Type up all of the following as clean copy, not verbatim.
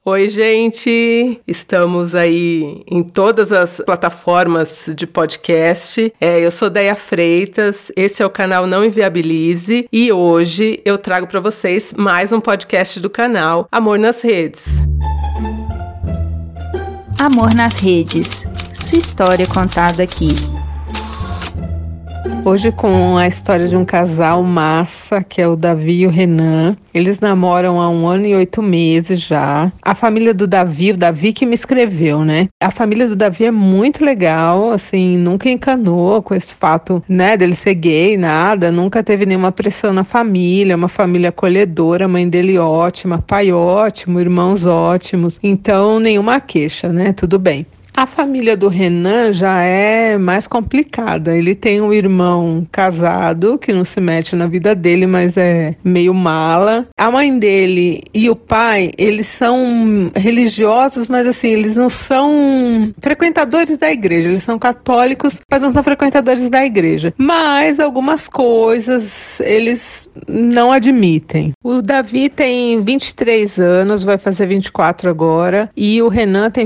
Oi, gente! Estamos aí em todas as plataformas de podcast. Eu sou Deia Freitas, esse é o canal Não Inviabilize e hoje eu trago para vocês mais um podcast do canal Amor nas Redes. Amor nas Redes, sua história contada aqui. Hoje com a história de um casal massa, que é o Davi e o Renan. Eles namoram há 1 ano e 8 meses já. A família do Davi, o Davi que me escreveu, né? A família do Davi é muito legal, assim, nunca encanou com esse fato, né, dele ser gay, nada. Nunca teve nenhuma pressão na família, uma família acolhedora, a mãe dele ótima, pai ótimo, irmãos ótimos. Então, nenhuma queixa, né? Tudo bem. A família do Renan já é mais complicada. Ele tem um irmão casado que não se mete na vida dele, mas é meio mala. A mãe dele e o pai, eles são religiosos, mas assim, eles não são frequentadores da igreja. Eles são católicos, mas não são frequentadores da igreja. Mas algumas coisas eles não admitem. O Davi tem 23 anos, vai fazer 24 agora, e o Renan tem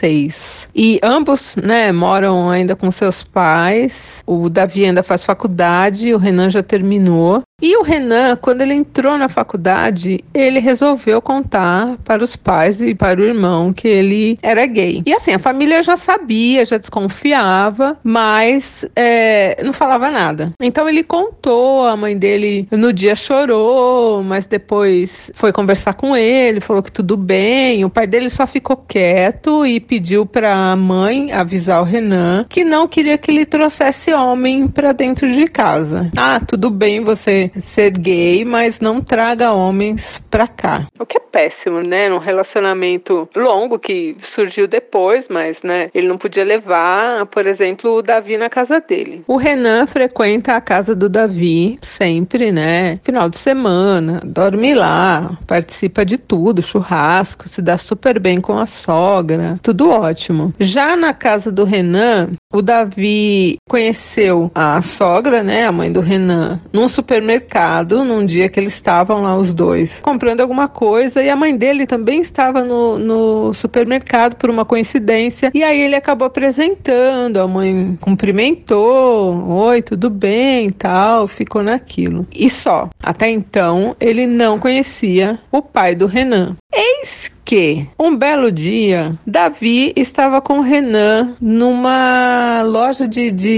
26. E ambos, né, moram ainda com seus pais. O Davi ainda faz faculdade, o Renan já terminou. E o Renan, quando ele entrou na faculdade, ele resolveu contar para os pais e para o irmão que ele era gay. E assim, a família já sabia, já desconfiava, mas não falava nada. Então ele contou, a mãe dele no dia chorou, mas depois foi conversar com ele, falou que tudo bem. O pai dele só ficou quieto e pediu para a mãe avisar o Renan que não queria que ele trouxesse homem para dentro de casa. Ah, tudo bem você ser gay, mas não traga homens pra cá. O que é péssimo, né? Num relacionamento longo que surgiu depois, mas, né, ele não podia levar, por exemplo, o Davi na casa dele. O Renan frequenta a casa do Davi sempre, né? Final de semana, dorme lá, participa de tudo, churrasco, se dá super bem com a sogra, tudo ótimo. Já na casa do Renan, o Davi conheceu a sogra, né, a mãe do Renan, num supermercado, num dia que eles estavam lá os dois comprando alguma coisa, e a mãe dele também estava no supermercado por uma coincidência, e aí ele acabou apresentando, a mãe cumprimentou, oi, tudo bem, tal, ficou naquilo. E só, até então ele não conhecia o pai do Renan. Eis que, um belo dia, Davi estava com o Renan numa loja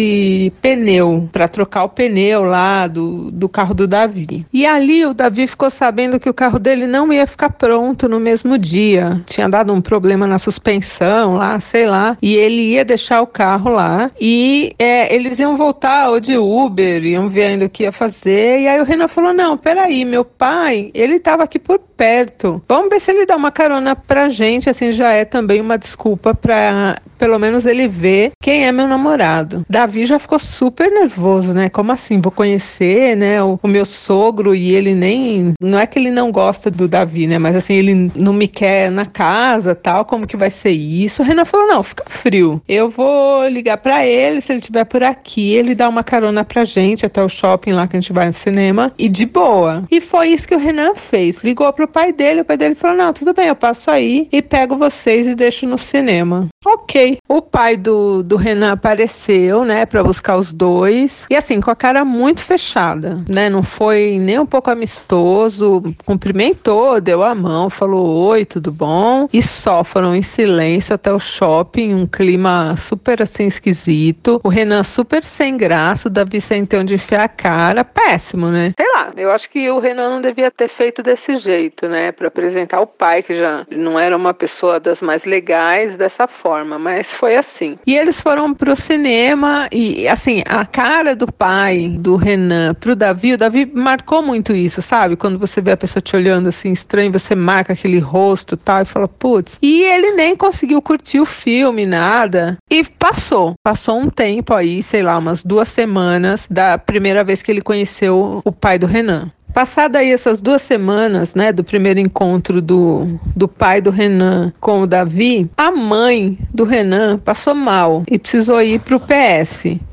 de pneu, para trocar o pneu lá do carro do Davi. E ali o Davi ficou sabendo que o carro dele não ia ficar pronto no mesmo dia. Tinha dado um problema na suspensão lá, sei lá, e ele ia deixar o carro lá e eles iam voltar ou de Uber, iam ver ainda o que ia fazer. E aí o Renan falou, não, peraí, meu pai, ele estava aqui por perto. Vamos ver se ele dá uma carona pra gente, assim, já é também uma desculpa pra pelo menos ele ver quem é meu namorado. Davi já ficou super nervoso, né? Como assim? Vou conhecer, né, o meu sogro e ele nem... Não é que ele não gosta do Davi, né? Mas assim, ele não me quer na casa, tal, como que vai ser isso? O Renan falou, não, fica frio. Eu vou ligar pra ele, se ele estiver por aqui, ele dá uma carona pra gente até o shopping lá que a gente vai no cinema e de boa. E foi isso que o Renan fez. Ligou pro pai dele, o pai dele falou, não, tudo bem, eu passo aí e pego vocês e deixo no cinema. Ok. O pai do Renan apareceu, né, pra buscar os dois. E assim, com a cara muito fechada, né? Não foi nem um pouco amistoso. Cumprimentou, deu a mão, falou oi, tudo bom? E só foram em silêncio até o shopping, um clima super assim esquisito. O Renan super sem graça, o Davi sem ter onde enfiar a cara. Péssimo, né? Sei lá, eu acho que o Renan não devia ter feito desse jeito, né? Pra apresentar o pai, que já não era uma pessoa das mais legais dessa forma, mas foi assim. E eles foram pro cinema e, assim, a cara do pai do Renan pro Davi, o Davi marcou muito isso, sabe? Quando você vê a pessoa te olhando assim estranho, você marca aquele rosto e tal, e fala, putz. E ele nem conseguiu curtir o filme, nada. E passou um tempo aí, sei lá, umas 2 semanas da primeira vez que ele conheceu o pai do Renan. Passada aí essas 2 semanas, né, do primeiro encontro do pai do Renan com o Davi, a mãe do Renan passou mal e precisou ir pro PS.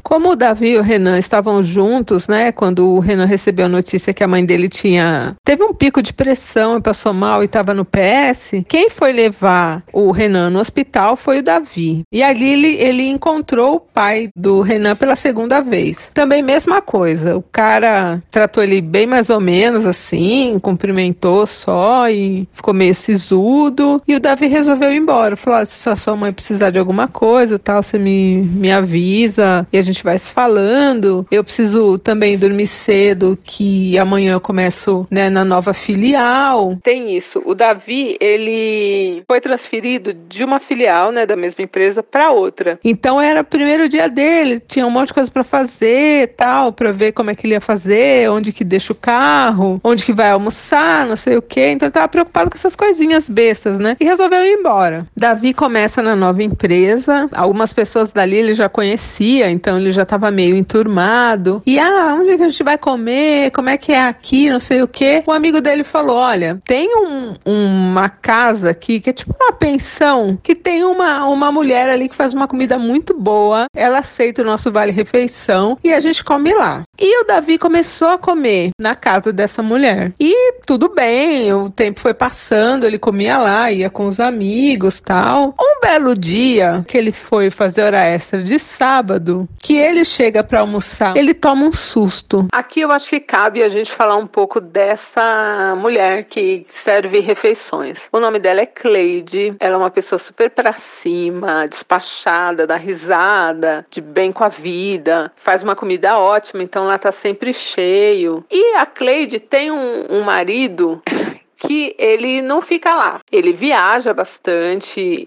Como o Davi e o Renan estavam juntos, né, quando o Renan recebeu a notícia que a mãe dele teve um pico de pressão e passou mal e estava no PS, quem foi levar o Renan no hospital foi o Davi. E ali ele encontrou o pai do Renan pela segunda vez. Também mesma coisa, o cara tratou ele bem mais ou menos assim, cumprimentou só e ficou meio sisudo. E o Davi resolveu ir embora. Falou: se a sua mãe precisar de alguma coisa, tal, você me avisa e a gente vai se falando. Eu preciso também dormir cedo, que amanhã eu começo, né, na nova filial. Tem isso. O Davi, ele foi transferido de uma filial, né, da mesma empresa para outra. Então era o primeiro dia dele, tinha um monte de coisa para fazer, tal, para ver como é que ele ia fazer, onde que deixa o carro, onde que vai almoçar, não sei o quê. Então ele tava preocupado com essas coisinhas bestas, né? E resolveu ir embora. Davi começa na nova empresa. Algumas pessoas dali ele já conhecia, então ele já estava meio enturmado. E onde é que a gente vai comer? Como é que é aqui? Não sei o quê. O amigo dele falou: olha, tem uma casa aqui que é tipo uma pensão, que tem uma mulher ali que faz uma comida muito boa. Ela aceita o nosso vale-refeição e a gente come lá. E o Davi começou a comer na casa dessa mulher. E tudo bem, o tempo foi passando, ele comia lá, ia com os amigos, tal. Um belo dia que ele foi fazer hora extra de sábado, que ele chega para almoçar, ele toma um susto. Aqui eu acho que cabe a gente falar um pouco dessa mulher que serve refeições. O nome dela é Cleide, ela é uma pessoa super pra cima, despachada, dá risada, de bem com a vida, faz uma comida ótima, então ela tá sempre cheio. E a Cleide tem um marido que ele não fica lá. Ele viaja bastante,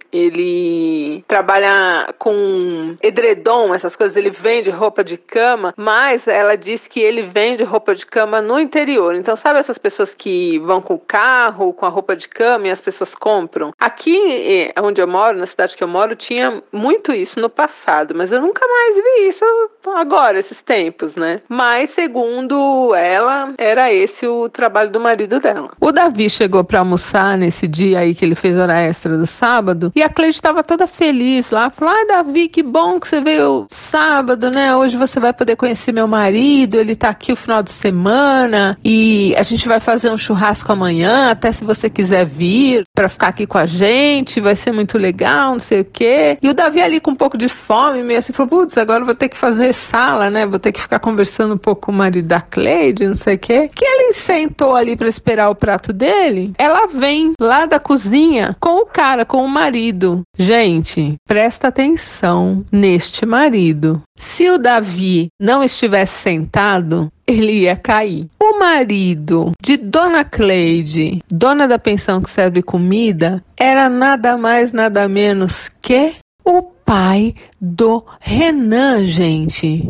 ele trabalha com edredom, essas coisas, ele vende roupa de cama, mas ela diz que ele vende roupa de cama no interior. Então, sabe essas pessoas que vão com o carro, com a roupa de cama e as pessoas compram? Aqui, onde eu moro, na cidade que eu moro, tinha muito isso no passado, mas eu nunca mais vi isso agora, esses tempos, né? Mas, segundo ela, era esse o trabalho do marido dela. O Davi chegou para almoçar nesse dia aí que ele fez hora extra do sábado, e a Cleide estava toda feliz lá, falou: Davi, que bom que você veio sábado, né? Hoje você vai poder conhecer meu marido, ele tá aqui o final de semana e a gente vai fazer um churrasco amanhã, até se você quiser vir para ficar aqui com a gente, vai ser muito legal, não sei o quê. E o Davi ali com um pouco de fome, meio assim, falou: putz, agora eu vou ter que fazer sala, né? Vou ter que ficar conversando um pouco com o marido da Cleide, não sei o quê. Que ele sentou ali para esperar o prato dele, ela vem lá da cozinha com o cara, com o marido. Gente, presta atenção neste marido. Se o Davi não estivesse sentado, ele ia cair. O marido de Dona Cleide, dona da pensão que serve comida, era nada mais, nada menos que o pai do Renan, gente.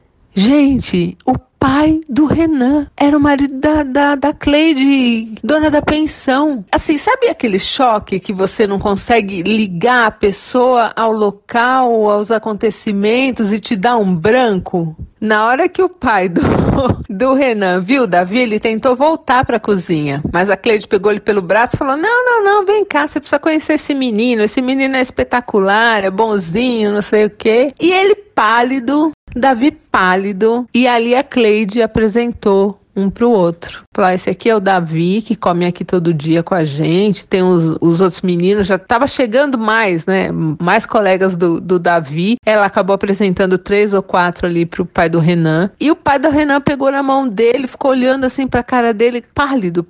Gente, o pai do Renan era o marido da Cleide, dona da pensão. Assim, sabe aquele choque que você não consegue ligar a pessoa ao local, aos acontecimentos e te dá um branco? Na hora que o pai do Renan viu o Davi, ele tentou voltar para a cozinha, mas a Cleide pegou ele pelo braço e falou: não, vem cá, você precisa conhecer esse menino é espetacular, é bonzinho, não sei o quê. E ele pálido, Davi pálido, e ali a Cleide apresentou um pro outro. Falou: esse aqui é o Davi, que come aqui todo dia com a gente, tem os outros meninos, já tava chegando mais, né, mais colegas do Davi. Ela acabou apresentando 3 ou 4 ali pro pai do Renan, e o pai do Renan pegou na mão dele, ficou olhando assim pra cara dele, pálido.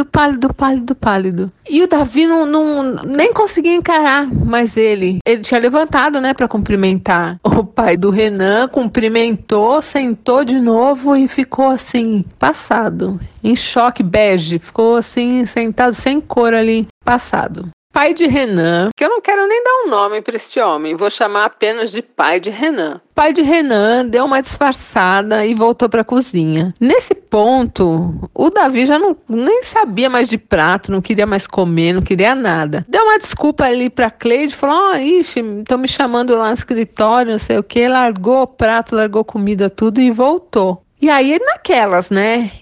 E o Davi nem conseguia encarar, mas ele tinha levantado, né, pra cumprimentar o pai do Renan, cumprimentou, sentou de novo e ficou assim, passado, em choque, bege, ficou assim, sentado sem cor ali, passado. Pai de Renan, que eu não quero nem dar um nome para este homem, vou chamar apenas de pai de Renan. Pai de Renan deu uma disfarçada e voltou para a cozinha. Nesse ponto, o Davi já nem sabia mais de prato, não queria mais comer, não queria nada. Deu uma desculpa ali para Cleide, falou: estão me chamando lá no escritório, não sei o que, largou o prato, largou comida, tudo e voltou. E aí, naquelas, né?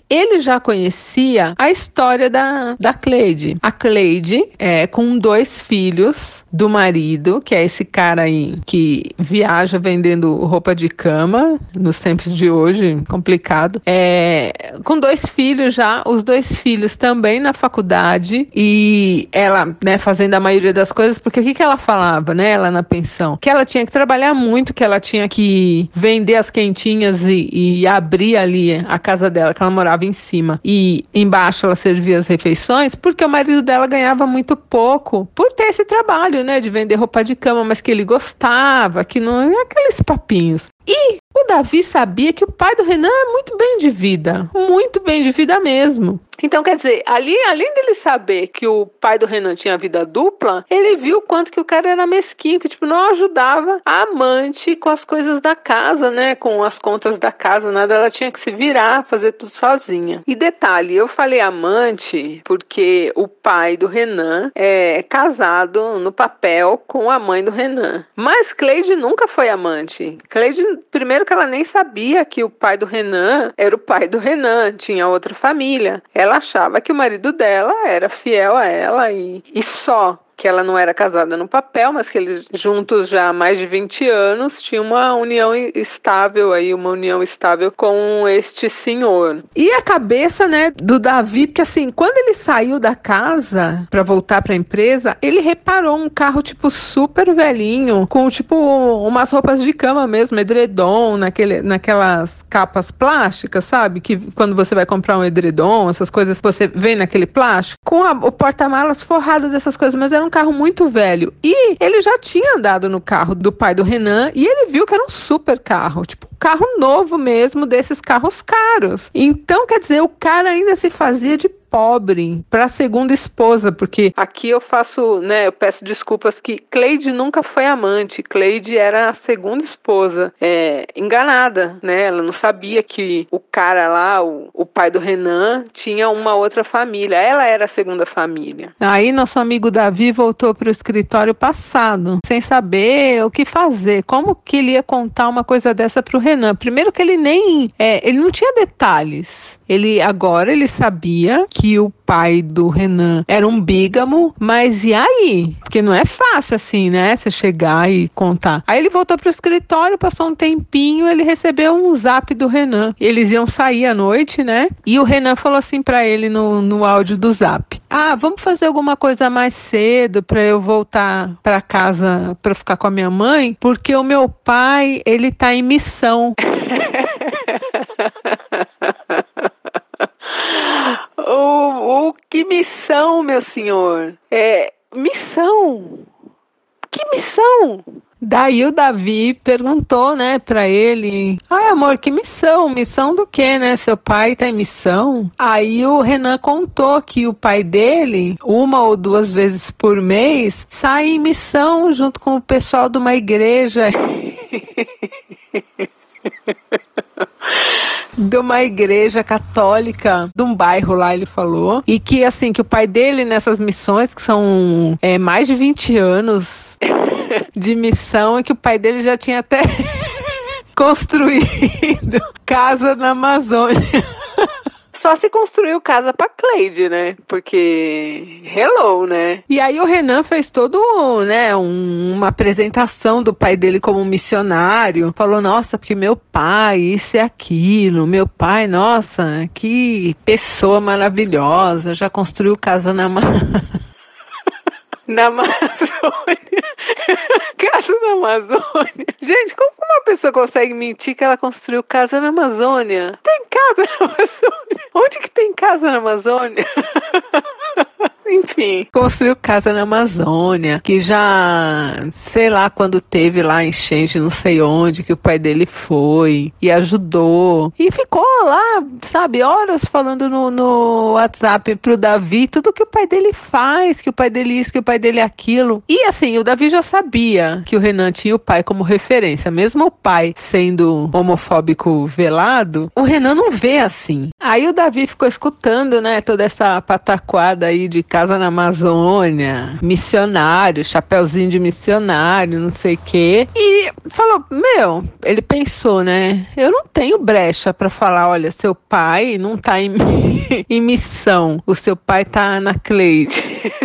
ele já conhecia a história da Cleide. A Cleide é com 2 filhos do marido, que é esse cara aí que viaja vendendo roupa de cama nos tempos de hoje, complicado. Com 2 filhos já, os 2 filhos também na faculdade e ela, né, fazendo a maioria das coisas, porque o que ela falava, né, ela na pensão? Que ela tinha que trabalhar muito, que ela tinha que vender as quentinhas e abrir ali a casa dela, que ela morava em cima, e embaixo ela servia as refeições, porque o marido dela ganhava muito pouco por ter esse trabalho, né, de vender roupa de cama, mas que ele gostava, que não é aqueles papinhos. E o Davi sabia que o pai do Renan é muito bem de vida mesmo. Então, quer dizer, além dele saber que o pai do Renan tinha vida dupla, ele viu o quanto que o cara era mesquinho, que não ajudava a amante com as coisas da casa, né, com as contas da casa, nada, ela tinha que se virar, fazer tudo sozinha. E detalhe, eu falei amante porque o pai do Renan é casado no papel com a mãe do Renan. Mas Cleide nunca foi amante. Cleide, primeiro que ela nem sabia que o pai do Renan era o pai do Renan, tinha outra família. Ela achava que o marido dela era fiel a ela e só. Que ela não era casada no papel, mas que eles juntos já há mais de 20 anos tinham uma união estável com este senhor. E a cabeça, né, do Davi, porque assim, quando ele saiu da casa para voltar para a empresa, ele reparou um carro super velhinho, com umas roupas de cama mesmo, edredom, naquelas capas plásticas, sabe? Que quando você vai comprar um edredom, essas coisas, você vê naquele plástico, com o porta-malas forrado dessas coisas, mas era um carro muito velho. E ele já tinha andado no carro do pai do Renan e ele viu que era um super carro, carro novo mesmo, desses carros caros. Então, quer dizer, o cara ainda se fazia de pobre para a segunda esposa, porque aqui eu peço desculpas que Cleide nunca foi amante, Cleide era a segunda esposa, enganada, né? Ela não sabia que o cara lá, o pai do Renan, tinha uma outra família, ela era a segunda família. Aí nosso amigo Davi voltou para o escritório passado, sem saber o que fazer, como que ele ia contar uma coisa dessa para o Renan. Primeiro que ele não tinha detalhes. Ele sabia que o pai do Renan era um bígamo, mas e aí? Porque não é fácil assim, né? Você chegar e contar. Aí ele voltou pro escritório, passou um tempinho, ele recebeu um zap do Renan. Eles iam sair à noite, né? E o Renan falou assim pra ele no áudio do zap: vamos fazer alguma coisa mais cedo pra eu voltar pra casa pra ficar com a minha mãe, porque o meu pai, ele tá em missão. Que missão, meu senhor? Missão? Que missão? Daí o Davi perguntou, né, pra ele: amor, que missão? Missão do quê, né? Seu pai tá em missão? Aí o Renan contou que o pai dele, 1 ou 2 vezes por mês, sai em missão junto com o pessoal de uma igreja. De uma igreja católica de um bairro lá, ele falou, e que assim, que o pai dele nessas missões, que são mais de 20 anos de missão, e que o pai dele já tinha até construído casa na Amazônia. Só se construiu casa pra Cleide, né? Porque, hello, né? E aí o Renan fez todo, né, uma apresentação do pai dele como missionário. Falou, nossa, porque meu pai, isso e aquilo. Meu pai, nossa, que pessoa maravilhosa. Já construiu casa na Amazônia. Casa na Amazônia. Gente, como uma pessoa consegue mentir que ela construiu casa na Amazônia? Tem casa na Amazônia? Onde que tem casa na Amazônia? Enfim, construiu casa na Amazônia, que já, sei lá, quando teve lá enchente, não sei onde, que o pai dele foi e ajudou. E ficou lá, sabe, horas falando no WhatsApp pro Davi tudo que o pai dele faz, que o pai dele isso, que o pai dele aquilo. E assim, o Davi já sabia que o Renan tinha o pai como referência, mesmo o pai sendo homofóbico velado, o Renan não vê assim. Aí o Davi ficou escutando, né, toda essa pataquada aí de casa na Amazônia, missionário, chapeuzinho de missionário, não sei o quê. E falou, ele pensou, né? Eu não tenho brecha pra falar, olha, seu pai não tá em, em missão, o seu pai tá na Cleide.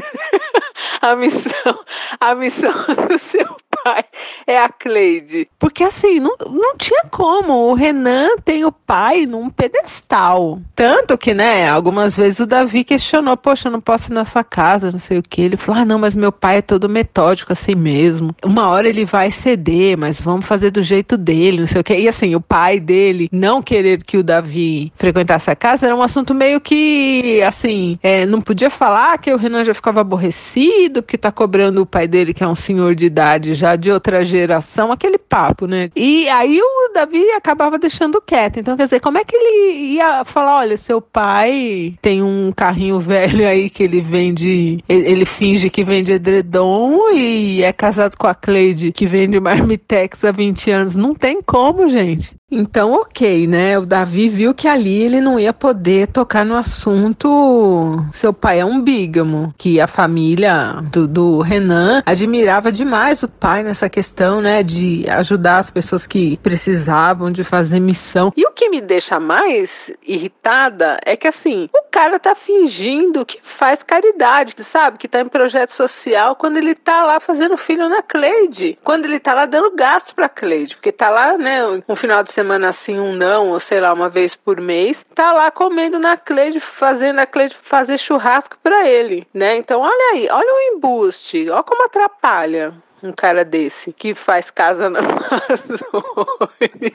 A missão do seu pai é a Cleide. Porque assim, não tinha como. O Renan tem o pai num pedestal. Tanto que, né, algumas vezes o Davi questionou, poxa, eu não posso ir na sua casa, não sei o que. Ele falou, não, mas meu pai é todo metódico assim mesmo. Uma hora ele vai ceder, mas vamos fazer do jeito dele, não sei o que. E assim, o pai dele não querer que o Davi frequentasse a casa era um assunto meio que, assim, não podia falar que o Renan já ficava aborrecido, porque tá cobrando o pai dele, que é um senhor de idade já de outra geração, aquele papo, né? E aí o Davi acabava deixando quieto. Então, quer dizer, como é que ele ia falar, olha, seu pai tem um carrinho velho aí que ele vende, ele finge que vende edredom e é casado com a Cleide, que vende marmitex há 20 anos. Não tem como, gente. Então, ok, né? O Davi viu que ali ele não ia poder tocar no assunto. Seu pai é um bígamo, que a família do Renan admirava demais o pai nessa questão, né? De ajudar as pessoas que precisavam de fazer missão. E o que me deixa mais irritada é que, assim, o cara tá fingindo que faz caridade, sabe? Que tá em projeto social quando ele tá lá fazendo filho na Cleide. Quando ele tá lá dando gasto pra Cleide. Porque tá lá, né? Um final de semana assim, ou sei lá, uma vez por mês, tá lá comendo na Cleide, fazendo a Cleide fazer churrasco pra ele, né? Então olha aí, olha o embuste, olha como atrapalha um cara desse, que faz casa na Amazônia.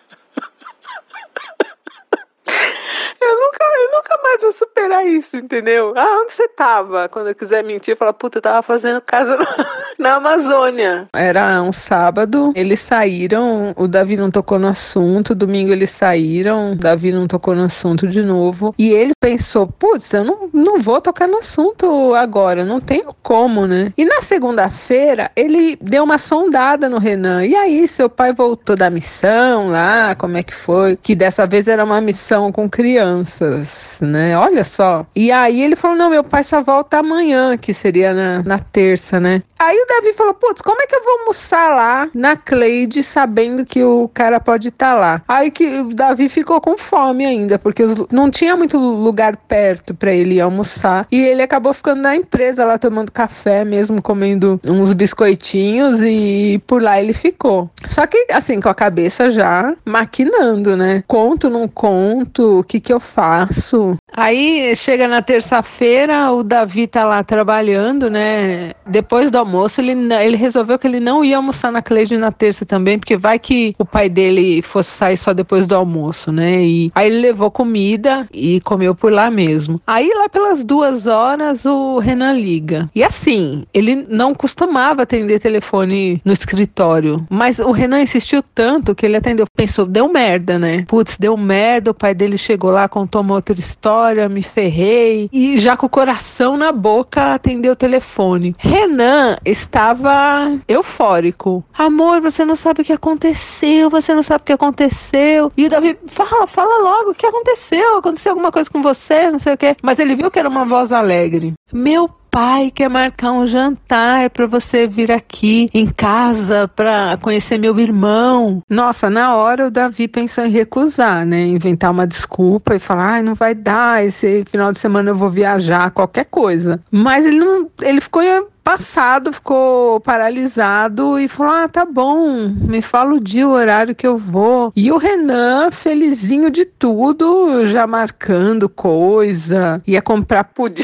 Eu nunca mais vou superar isso, entendeu? Onde você tava? Quando eu quiser mentir, falar, puta, eu tava fazendo casa na Amazônia. Era um sábado, eles saíram, o Davi não tocou no assunto, domingo eles saíram, o Davi não tocou no assunto de novo, e ele pensou, putz, eu não vou tocar no assunto agora, não tenho como, né? E na segunda-feira, ele deu uma sondada no Renan, e aí, seu pai voltou da missão lá, como é que foi? Que dessa vez era uma missão com crianças, né? Olha só. E aí ele falou, não, meu pai só volta amanhã, que seria na terça, né? Aí o Davi falou, putz, como é que eu vou almoçar lá na Cleide sabendo que o cara pode estar lá? Aí que o Davi ficou com fome ainda, porque não tinha muito lugar perto pra ele ir almoçar. E ele acabou ficando na empresa lá tomando café mesmo, comendo uns biscoitinhos e por lá ele ficou. Só que assim, com a cabeça já maquinando, né? Conto, não conto, o que eu faço? Aí chega na terça-feira, o Davi tá lá trabalhando, né? Depois do almoço, ele resolveu que ele não ia almoçar na Cleide na terça também, porque vai que o pai dele fosse sair só depois do almoço, né? E aí ele levou comida e comeu por lá mesmo. Aí lá pelas 2 horas o Renan liga. E assim, ele não costumava atender telefone no escritório, mas o Renan insistiu tanto que ele atendeu. Pensou, deu merda, né? Putz, deu merda, o pai dele chegou lá, contou uma outra história, me ferrei. E já com o coração na boca atendeu o telefone. Renan estava eufórico. Amor, você não sabe o que aconteceu, você não sabe o que aconteceu. E o Davi, fala logo, o que aconteceu? Aconteceu alguma coisa com você, não sei o quê. Mas ele viu que era uma voz alegre. Meu pai quer marcar um jantar para você vir aqui em casa para conhecer meu irmão. Nossa, na hora o Davi pensou em recusar, né? Inventar uma desculpa e falar, ai, não vai dar, esse final de semana eu vou viajar, qualquer coisa. Mas ele ficou passado, ficou paralisado e falou, tá bom, me fala o dia, o horário que eu vou. E o Renan, felizinho de tudo, já marcando coisa, ia comprar pudim.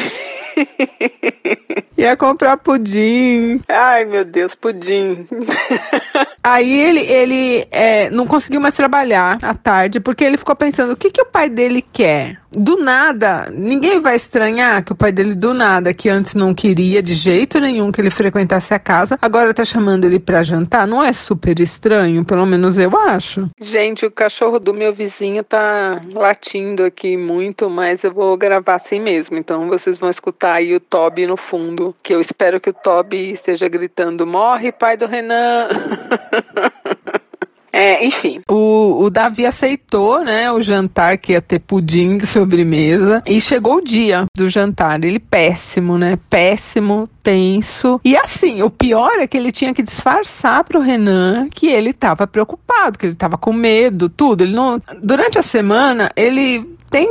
Ia comprar pudim. Ai, meu Deus, pudim. Aí ele não conseguiu mais trabalhar à tarde, porque ele ficou pensando, o que o pai dele quer? Do nada, ninguém vai estranhar que o pai dele do nada, que antes não queria de jeito nenhum que ele frequentasse a casa, agora tá chamando ele pra jantar. Não é super estranho? Pelo menos eu acho. Gente, o cachorro do meu vizinho tá latindo aqui muito, mas eu vou gravar assim mesmo. Então vocês vão escutar aí o Toby no fundo, que eu espero que o Toby esteja gritando, morre, pai do Renan. Enfim, o Davi aceitou, né, o jantar que ia ter pudim de sobremesa, e chegou o dia do jantar, ele péssimo, né, péssimo, tenso, e assim, o pior é que ele tinha que disfarçar pro Renan que ele estava preocupado, que ele estava com medo, tudo, ele não, durante a semana, ele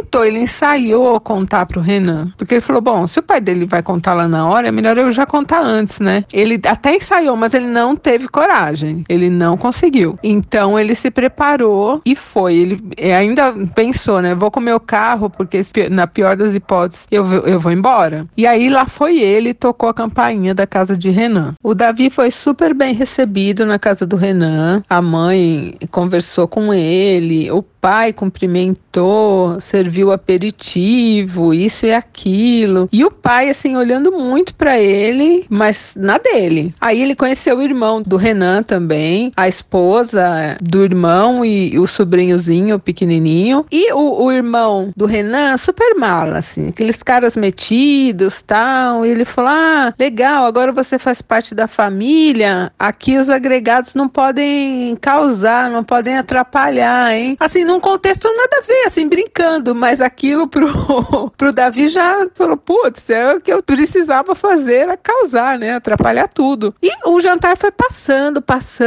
ensaiou contar pro Renan, porque ele falou, bom, se o pai dele vai contar lá na hora, é melhor eu já contar antes, né? Ele até ensaiou, mas ele não teve coragem, ele não conseguiu. Então ele se preparou e foi, ele ainda pensou, né, vou com o meu carro, porque na pior das hipóteses, eu vou embora. E aí lá foi ele e tocou a campainha da casa de Renan. O Davi foi super bem recebido na casa do Renan, a mãe conversou com ele, o pai cumprimentou, serviu aperitivo, isso e aquilo. E o pai, assim, olhando muito pra ele, mas na dele. Aí ele conheceu o irmão do Renan também, a esposa do irmão e o sobrinhozinho pequenininho. E o irmão do Renan, super mala, assim, aqueles caras metidos, tal. E ele falou, legal, agora você faz parte da família, aqui os agregados não podem causar, não podem atrapalhar, hein? Assim, num contexto nada a ver, assim, brincando, mas aquilo pro Davi já falou, putz, é o que eu precisava fazer, era causar, né, atrapalhar tudo. E o jantar foi passando,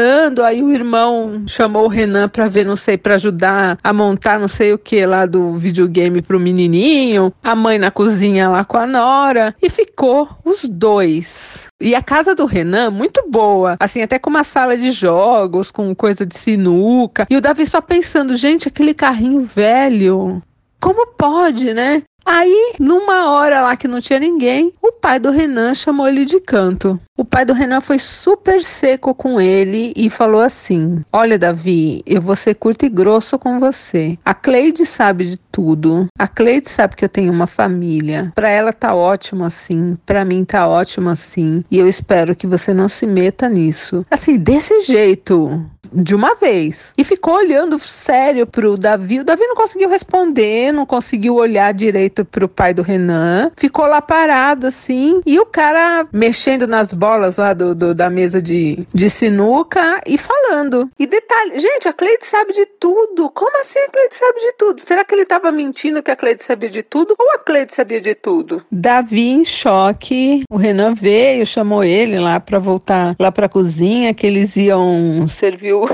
aí o irmão chamou o Renan pra ver, não sei, pra ajudar a montar não sei o que lá do videogame pro menininho, a mãe na cozinha lá com a nora, e ficou os dois. E a casa do Renan, muito boa, assim, até com uma sala de jogos, com coisa de sinuca, e o Davi só pensando, gente, aquele carrinho velho, como pode, né? Aí, numa hora lá que não tinha ninguém, o pai do Renan chamou ele de canto. O pai do Renan foi super seco com ele e falou assim, olha, Davi, eu vou ser curto e grosso com você. A Cleide sabe de tudo. A Cleide sabe que eu tenho uma família. Pra ela tá ótimo assim, pra mim tá ótimo assim. E eu espero que você não se meta nisso. Assim, desse jeito, de uma vez. E ficou olhando sério pro Davi. O Davi não conseguiu responder, não conseguiu olhar direito pro pai do Renan. Ficou lá parado assim. E o cara mexendo nas bolas lá da mesa de sinuca e falando. E detalhe, gente, a Cleide sabe de tudo. Como assim a Cleide sabe de tudo? Será que ele estava mentindo que a Cleide sabia de tudo? Ou a Cleide sabia de tudo? Davi em choque. O Renan veio, chamou ele lá pra voltar lá pra cozinha, que eles iam servir o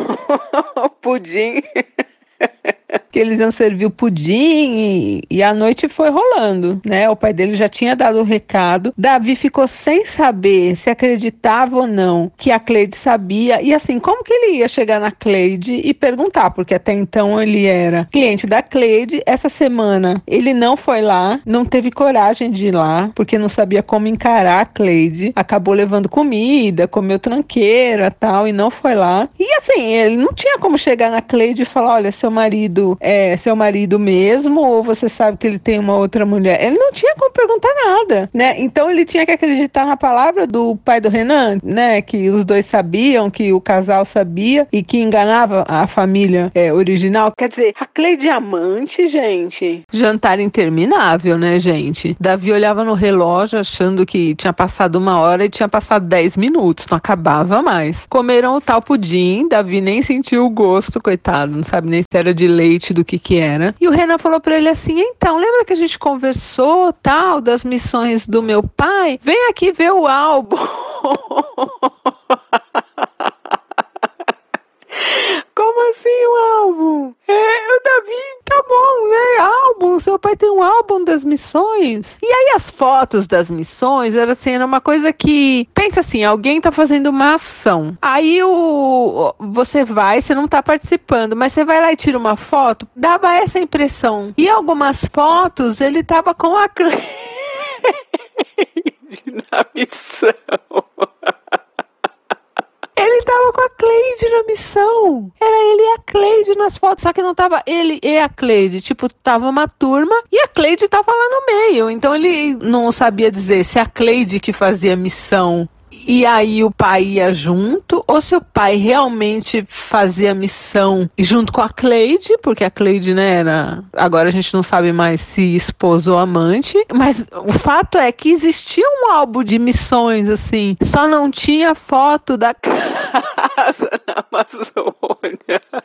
pudim. Que eles iam servir o pudim e a noite foi rolando, né? O pai dele já tinha dado o recado. Davi ficou sem saber se acreditava ou não que a Cleide sabia. E assim, como que ele ia chegar na Cleide e perguntar? Porque até então ele era cliente da Cleide. Essa semana ele não foi lá, não teve coragem de ir lá, porque não sabia como encarar a Cleide. Acabou levando comida, comeu tranqueira e tal, e não foi lá. E assim, ele não tinha como chegar na Cleide e falar, olha, seu marido é seu marido mesmo, ou você sabe que ele tem uma outra mulher? Ele não tinha como perguntar nada, né? Então ele tinha que acreditar na palavra do pai do Renan, né? Que os dois sabiam, que o casal sabia e que enganava a família original. Quer dizer, a Cleide amante, gente. Jantar interminável, né, gente? Davi olhava no relógio achando que tinha passado 1 hora e tinha passado 10 minutos, não acabava mais. Comeram o tal pudim, Davi nem sentiu o gosto, coitado, não sabe nem se era de leite, do que era. E o Renan falou pra ele assim, então, lembra que a gente conversou, tal, das missões do meu pai? Vem aqui ver o álbum. Como assim o álbum? O Davi, tá bom, né? Álbum, seu pai tem um álbum das missões. E aí as fotos das missões, era assim, era uma coisa que, pensa assim, alguém tá fazendo uma ação. Aí você não tá participando, mas você vai lá e tira uma foto, dava essa impressão. E algumas fotos, ele tava com a Cleide na missão. Ele tava com a Cleide na missão. Era ele e a Cleide nas fotos, só que não tava ele e a Cleide. Tipo, tava uma turma e a Cleide tava lá no meio. Então ele não sabia dizer se a Cleide que fazia missão e aí o pai ia junto, ou se o pai realmente fazia missão junto com a Cleide, porque a Cleide, né, era... Agora a gente não sabe mais se esposo ou amante, mas o fato é que existia um álbum de missões, assim, só não tinha foto da casa na Amazônia.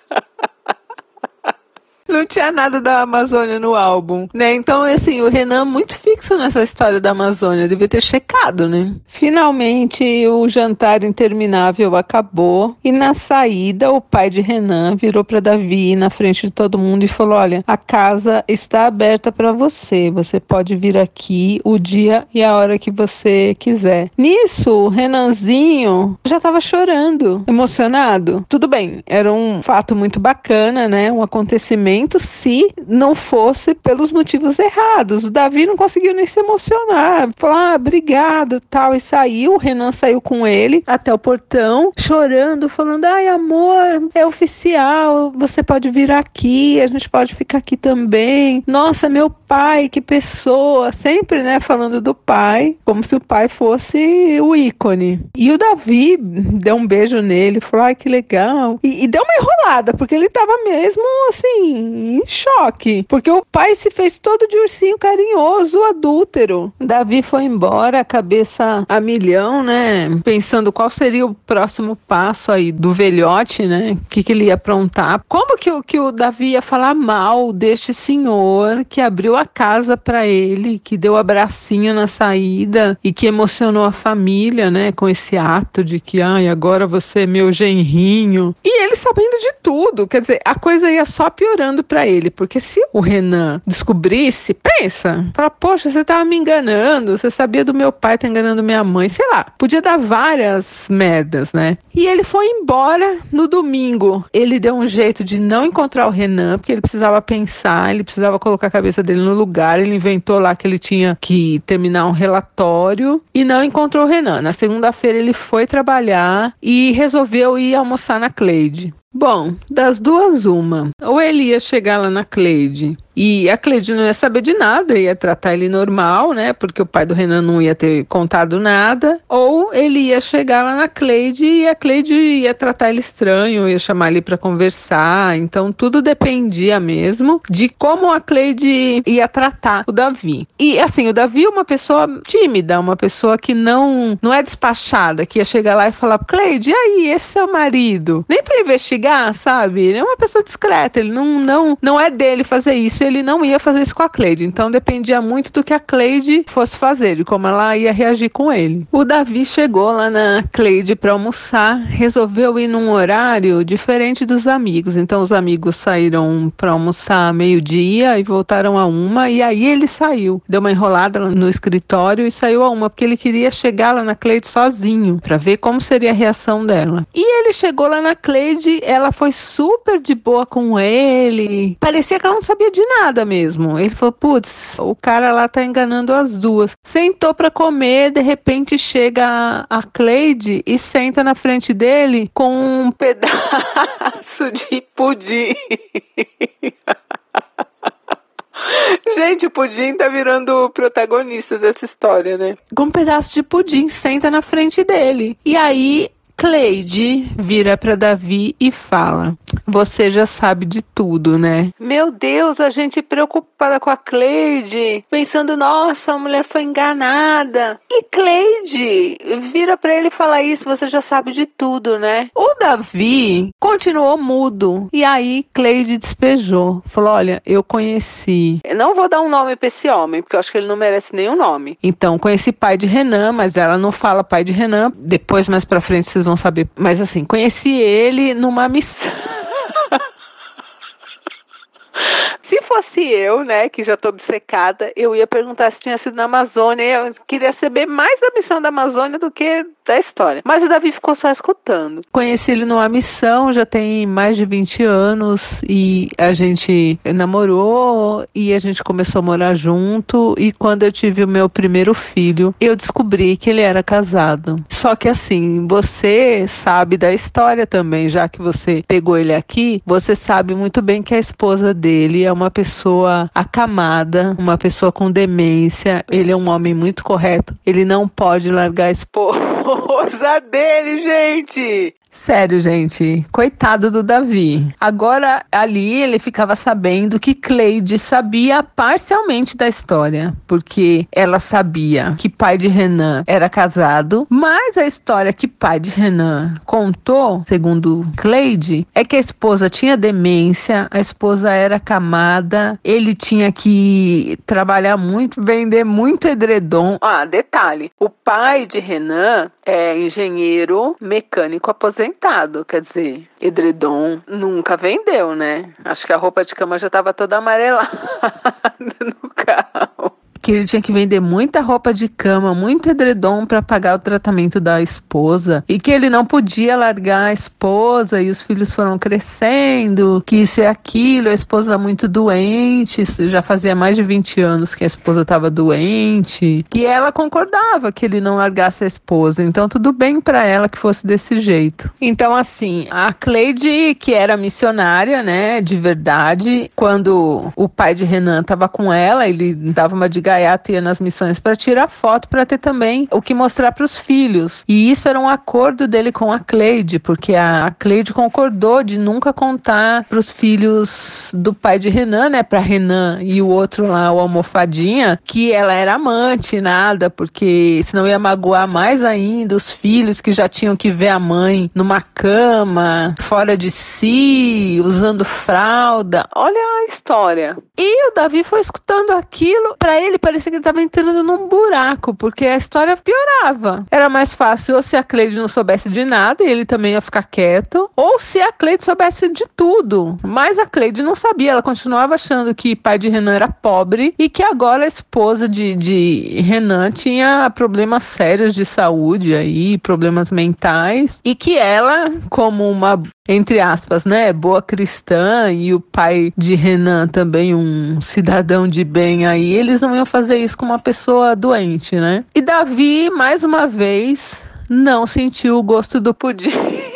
Não tinha nada da Amazônia no álbum, né? Então, assim, o Renan muito fixo nessa história da Amazônia, devia ter checado, né? Finalmente, o jantar interminável acabou e na saída, o pai de Renan virou para Davi na frente de todo mundo e falou: olha, a casa está aberta para você, você pode vir aqui o dia e a hora que você quiser. Nisso, o Renanzinho já estava chorando, emocionado. Tudo bem, era um fato muito bacana, né? Um acontecimento, se não fosse pelos motivos errados. O Davi não conseguiu nem se emocionar. Falou, obrigado, tal, e saiu. O Renan saiu com ele até o portão, chorando, falando, ai, amor, é oficial, você pode vir aqui, a gente pode ficar aqui também. Nossa, meu pai, que pessoa. Sempre, né, falando do pai, como se o pai fosse o ícone. E o Davi deu um beijo nele, falou, ai, que legal. E deu uma enrolada, porque ele tava mesmo, assim, em choque. Porque o pai se fez todo de ursinho carinhoso, adúltero. Davi foi embora, a cabeça a milhão, né? Pensando qual seria o próximo passo aí do velhote, né? O que ele ia aprontar. Como que o Davi ia falar mal deste senhor que abriu a casa para ele, que deu abracinho na saída e que emocionou a família, né? Com esse ato de que, ai, agora você é meu genrinho. E ele sabendo de tudo. Quer dizer, a coisa ia só piorando para ele. Porque se o Renan descobrisse, pensa, fala, poxa, você tava me enganando, você sabia do meu pai, tá enganando minha mãe, sei lá, podia dar várias merdas, né? E ele foi embora no domingo. Ele deu um jeito de não encontrar o Renan, porque ele precisava pensar, ele precisava colocar a cabeça dele no lugar, ele inventou lá que ele tinha que terminar um relatório e não encontrou o Renan. Na segunda-feira ele foi trabalhar e resolveu ir almoçar na Cleide. Bom, das duas uma, ou ele ia chegar lá na Cleide e a Cleide não ia saber de nada, ia tratar ele normal, né, porque o pai do Renan não ia ter contado nada, ou ele ia chegar lá na Cleide e a Cleide ia tratar ele estranho, ia chamar ele para conversar, então tudo dependia mesmo de como a Cleide ia tratar o Davi. E assim, o Davi é uma pessoa tímida, uma pessoa que não é despachada, que ia chegar lá e falar, Cleide, e aí, esse é seu marido? Nem para investigar, sabe? Ele é uma pessoa discreta, ele não é dele fazer isso, ele não ia fazer isso com a Cleide, então dependia muito do que a Cleide fosse fazer, de como ela ia reagir com ele. O Davi chegou lá na Cleide para almoçar, resolveu ir num horário diferente dos amigos, então os amigos saíram para almoçar meio-dia e voltaram a 1, e aí ele saiu, deu uma enrolada no escritório e saiu a 1, porque ele queria chegar lá na Cleide sozinho, para ver como seria a reação dela. E ele chegou lá na Cleide, ela foi super de boa com ele, parecia que ela não sabia de nada mesmo. Ele falou, putz, o cara lá tá enganando as duas. Sentou pra comer, de repente chega a Cleide e senta na frente dele com um pedaço de pudim. Gente, o pudim tá virando o protagonista dessa história, né? Com um pedaço de pudim, senta na frente dele. E aí Cleide vira para Davi e fala, você já sabe de tudo, né? Meu Deus, a gente preocupada com a Cleide, pensando, nossa, a mulher foi enganada. E Cleide vira para ele e fala isso, você já sabe de tudo, né? O Davi continuou mudo. E aí Cleide despejou. Falou, olha, eu conheci. Eu não vou dar um nome para esse homem, porque eu acho que ele não merece nenhum nome. Então, conheci pai de Renan, mas ela não fala pai de Renan. Depois, mais pra frente, vocês vão saber. Mas assim, conheci ele numa missão. Se fosse eu, né, que já tô obcecada, eu ia perguntar se tinha sido na Amazônia. Eu queria saber mais da missão da Amazônia do que da história. Mas o Davi ficou só escutando. Conheci ele numa missão, já tem mais de 20 anos, e a gente namorou, e a gente começou a morar junto, e quando eu tive o meu primeiro filho, eu descobri que ele era casado. Só que assim, você sabe da história também, já que você pegou ele aqui, você sabe muito bem que a esposa dele é uma pessoa acamada, uma pessoa com demência, ele é um homem muito correto, ele não pode largar a esposa dele, gente! Sério, gente, coitado do Davi. Agora, ali ele ficava sabendo que Cleide sabia parcialmente da história, porque ela sabia que pai de Renan era casado, mas a história que pai de Renan contou, segundo Cleide, é que a esposa tinha demência, a esposa era acamada, ele tinha que trabalhar muito, vender muito edredom. Detalhe, o pai de Renan é engenheiro mecânico aposentado, quer dizer, edredom nunca vendeu, né? Acho que a roupa de cama já estava toda amarelada no carro. Que ele tinha que vender muita roupa de cama, muito edredom para pagar o tratamento da esposa, e que ele não podia largar a esposa, e os filhos foram crescendo, que isso e aquilo, a esposa muito doente, já fazia mais de 20 anos que a esposa estava doente, que ela concordava que ele não largasse a esposa, então tudo bem para ela que fosse desse jeito. Então assim, a Cleide, que era missionária, né, de verdade, quando o pai de Renan estava com ela, ele dava uma de gaiato, ia nas missões para tirar foto, para ter também o que mostrar para os filhos. E isso era um acordo dele com a Cleide, porque a Cleide concordou de nunca contar para os filhos do pai de Renan, né, para Renan e o outro lá, o Almofadinha, que ela era amante, nada, porque senão ia magoar mais ainda os filhos que já tinham que ver a mãe numa cama, fora de si, usando fralda. Olha a história. E o Davi foi escutando aquilo, para ele parecia que ele estava entrando num buraco, porque a história piorava. Era mais fácil ou se a Cleide não soubesse de nada e ele também ia ficar quieto, ou se a Cleide soubesse de tudo. Mas a Cleide não sabia, ela continuava achando que pai de Renan era pobre e que agora a esposa de Renan tinha problemas sérios de saúde aí, problemas mentais, e que ela, como uma, entre aspas, né, boa cristã, e o pai de Renan também um cidadão de bem aí, eles não iam fazer isso com uma pessoa doente, né? E Davi, mais uma vez, não sentiu o gosto do pudim.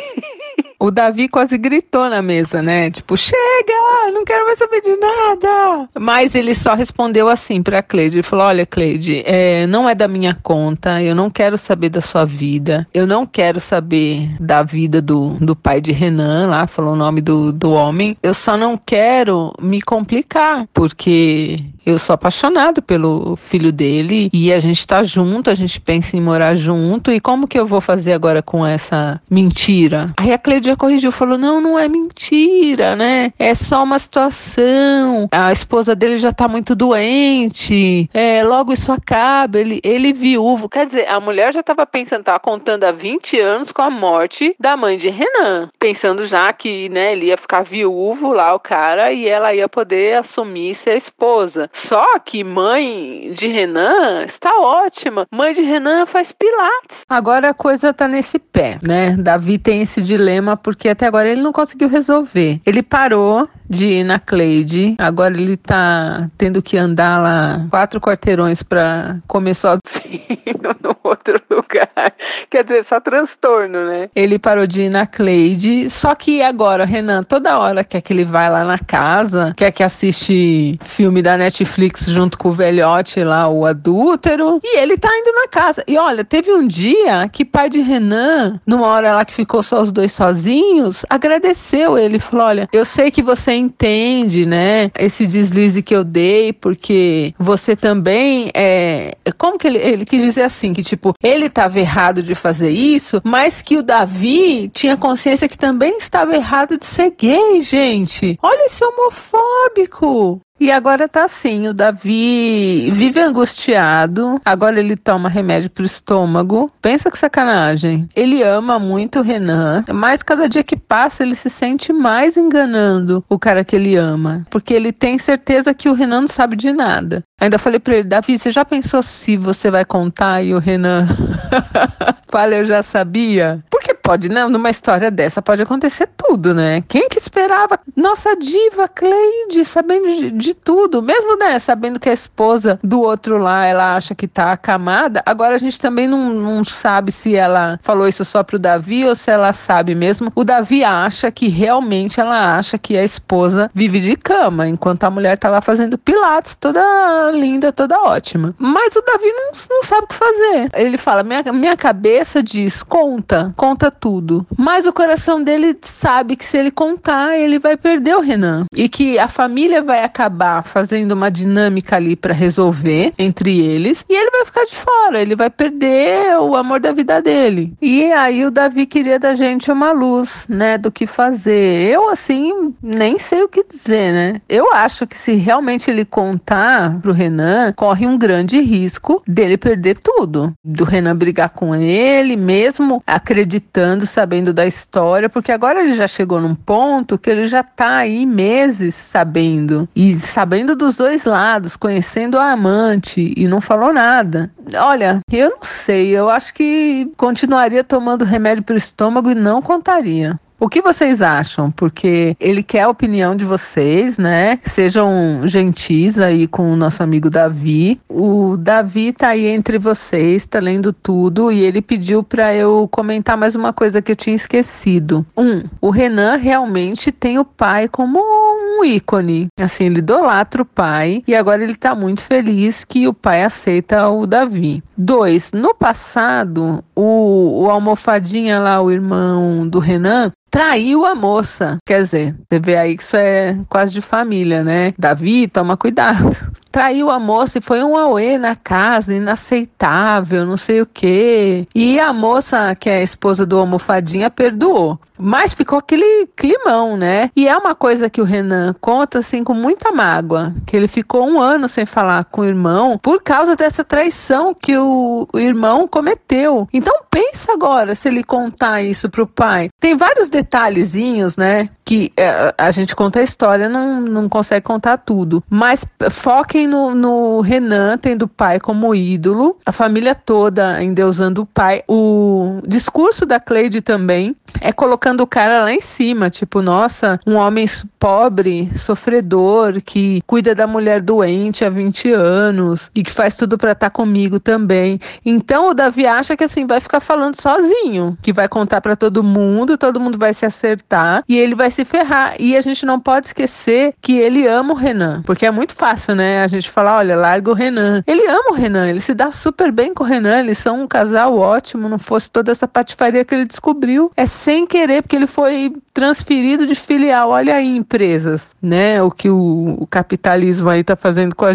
O Davi quase gritou na mesa, né? Tipo, chega, não quero mais saber de nada. Mas ele só respondeu assim pra Cleide. Ele falou, olha, Cleide, não é da minha conta, eu não quero saber da sua vida, eu não quero saber da vida do pai de Renan, lá, falou o nome do homem. Eu só não quero me complicar, porque eu sou apaixonado pelo filho dele e a gente tá junto, a gente pensa em morar junto, e como que eu vou fazer agora com essa mentira? Aí a Cleide corrigiu, falou, não é mentira, né? É só uma situação. A esposa dele já tá muito doente. Logo isso acaba. Ele viúvo. Quer dizer, a mulher já tava pensando, tava contando há 20 anos com a morte da mãe de Renan. Pensando já que, né, ele ia ficar viúvo lá, o cara, e ela ia poder assumir ser esposa. Só que mãe de Renan está ótima. Mãe de Renan faz pilates. Agora a coisa tá nesse pé, né? Davi tem esse dilema porque até agora ele não conseguiu resolver. Ele parou de ir na Cleide, agora ele tá tendo que andar lá 4 quarteirões pra comer sozinho no outro lugar. Quer dizer, só transtorno, né? Ele parou de ir na Cleide, só que agora, Renan, toda hora quer que ele vá lá na casa, quer que assiste filme da Netflix junto com o velhote lá, o adúltero, e ele tá indo na casa. E olha, teve um dia que pai de Renan, numa hora lá que ficou só os dois sozinhos, agradeceu ele, falou, olha, eu sei que você entende, né, esse deslize que eu dei, porque você também como que ele quis dizer assim, que tipo, ele estava errado de fazer isso, mas que o Davi tinha consciência que também estava errado de ser gay, gente. Olha esse homofóbico. E agora tá assim, o Davi vive angustiado, agora ele toma remédio pro estômago. Pensa que sacanagem. Ele ama muito o Renan, mas cada dia que passa ele se sente mais enganando o cara que ele ama, porque ele tem certeza que o Renan não sabe de nada. Ainda falei pra ele, Davi, você já pensou se você vai contar e o Renan fala, eu já sabia? Porque pode, né, numa história dessa pode acontecer tudo, né? Quem que esperava? Nossa diva Cleide, sabendo de tudo, mesmo, né, sabendo que a esposa do outro lá, ela acha que tá acamada. Agora a gente também não sabe se ela falou isso só pro Davi ou se ela sabe mesmo. O Davi acha que realmente ela acha que a esposa vive de cama, enquanto a mulher tá lá fazendo pilates, toda linda, toda ótima. Mas o Davi não sabe o que fazer. Ele fala, minha cabeça diz, conta tudo. Mas o coração dele sabe que se ele contar, ele vai perder o Renan. E que a família vai acabar fazendo uma dinâmica ali para resolver entre eles. E ele vai ficar de fora, ele vai perder o amor da vida dele. E aí o Davi queria da gente uma luz, né, do que fazer. Eu, assim, nem sei o que dizer, né? Eu acho que se realmente ele contar pro Renan, corre um grande risco dele perder tudo. Do Renan brigar com ele, mesmo acreditando, sabendo da história, porque agora ele já chegou num ponto que ele já tá aí meses sabendo. E sabendo dos dois lados, conhecendo a amante, e não falou nada. Olha, eu não sei, eu acho que continuaria tomando remédio pro estômago e não contaria. O que vocês acham? Porque ele quer a opinião de vocês, né? Sejam gentis aí com o nosso amigo Davi. O Davi tá aí entre vocês, tá lendo tudo e ele pediu para eu comentar mais uma coisa que eu tinha esquecido. O Renan realmente tem o pai como um ícone. Assim, ele idolatra o pai e agora ele tá muito feliz que o pai aceita o Davi. 2, no passado, o Almofadinha lá, o irmão do Renan, traiu a moça. Quer dizer, você vê aí que isso é quase de família, né? Davi, toma cuidado. Traiu a moça e foi um auê na casa, inaceitável, não sei o quê. E a moça, que é a esposa do Almofadinha, perdoou. Mas ficou aquele climão, né? E é uma coisa que o Renan conta, assim, com muita mágoa. Que ele ficou 1 ano sem falar com o irmão por causa dessa traição que o irmão cometeu. Então pensa agora se ele contar isso pro pai. Tem vários detalhezinhos, né? Que a gente conta a história, não consegue contar tudo. Mas foquem no Renan, tendo o pai como ídolo. A família toda endeusando o pai. O discurso da Cleide também é colocando o cara lá em cima. Tipo, nossa, um homem pobre, sofredor, que cuida da mulher doente há 20 anos e que faz tudo pra estar comigo também. Então o Davi acha que assim, vai ficar falando sozinho, que vai contar pra todo mundo vai se acertar e ele vai se ferrar. E a gente não pode esquecer que ele ama o Renan, porque é muito fácil, né, a gente falar, olha, larga o Renan. Ele ama o Renan, ele se dá super bem com o Renan, eles são um casal ótimo, não fosse toda essa patifaria que ele descobriu. É sem querer, porque ele foi transferido de filial. Olha aí, empresas, né, o que o capitalismo aí tá fazendo com a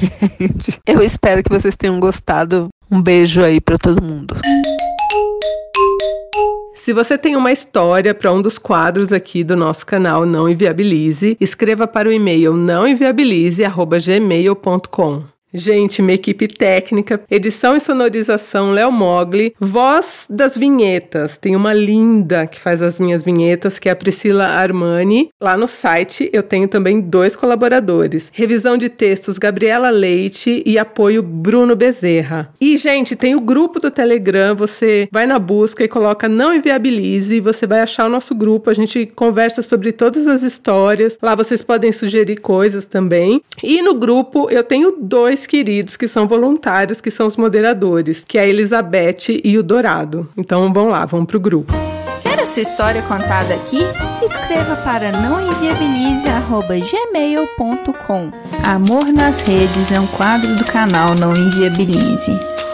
gente. Eu espero que vocês tenham gostado. Um beijo aí pra todo mundo. Se você tem uma história para um dos quadros aqui do nosso canal Não Inviabilize, escreva para o e-mail nãoinviabilize@gmail.com. Gente, minha equipe técnica, edição e sonorização, Léo Mogli, voz das vinhetas, tem uma linda que faz as minhas vinhetas, que é a Priscila Armani. Lá no site eu tenho também 2 colaboradores, revisão de textos Gabriela Leite e apoio Bruno Bezerra. E, gente, tem o grupo do Telegram, você vai na busca e coloca Não Inviabilize, você vai achar o nosso grupo, a gente conversa sobre todas as histórias, lá vocês podem sugerir coisas também. E no grupo eu tenho 2 queridos que são voluntários, que são os moderadores, que é a Elizabeth e o Dourado. Então vamos lá, vamos pro grupo. Quer a sua história contada aqui? Escreva para nãoenviabilize@gmail.com. Amor nas Redes é um quadro do canal Não Inviabilize.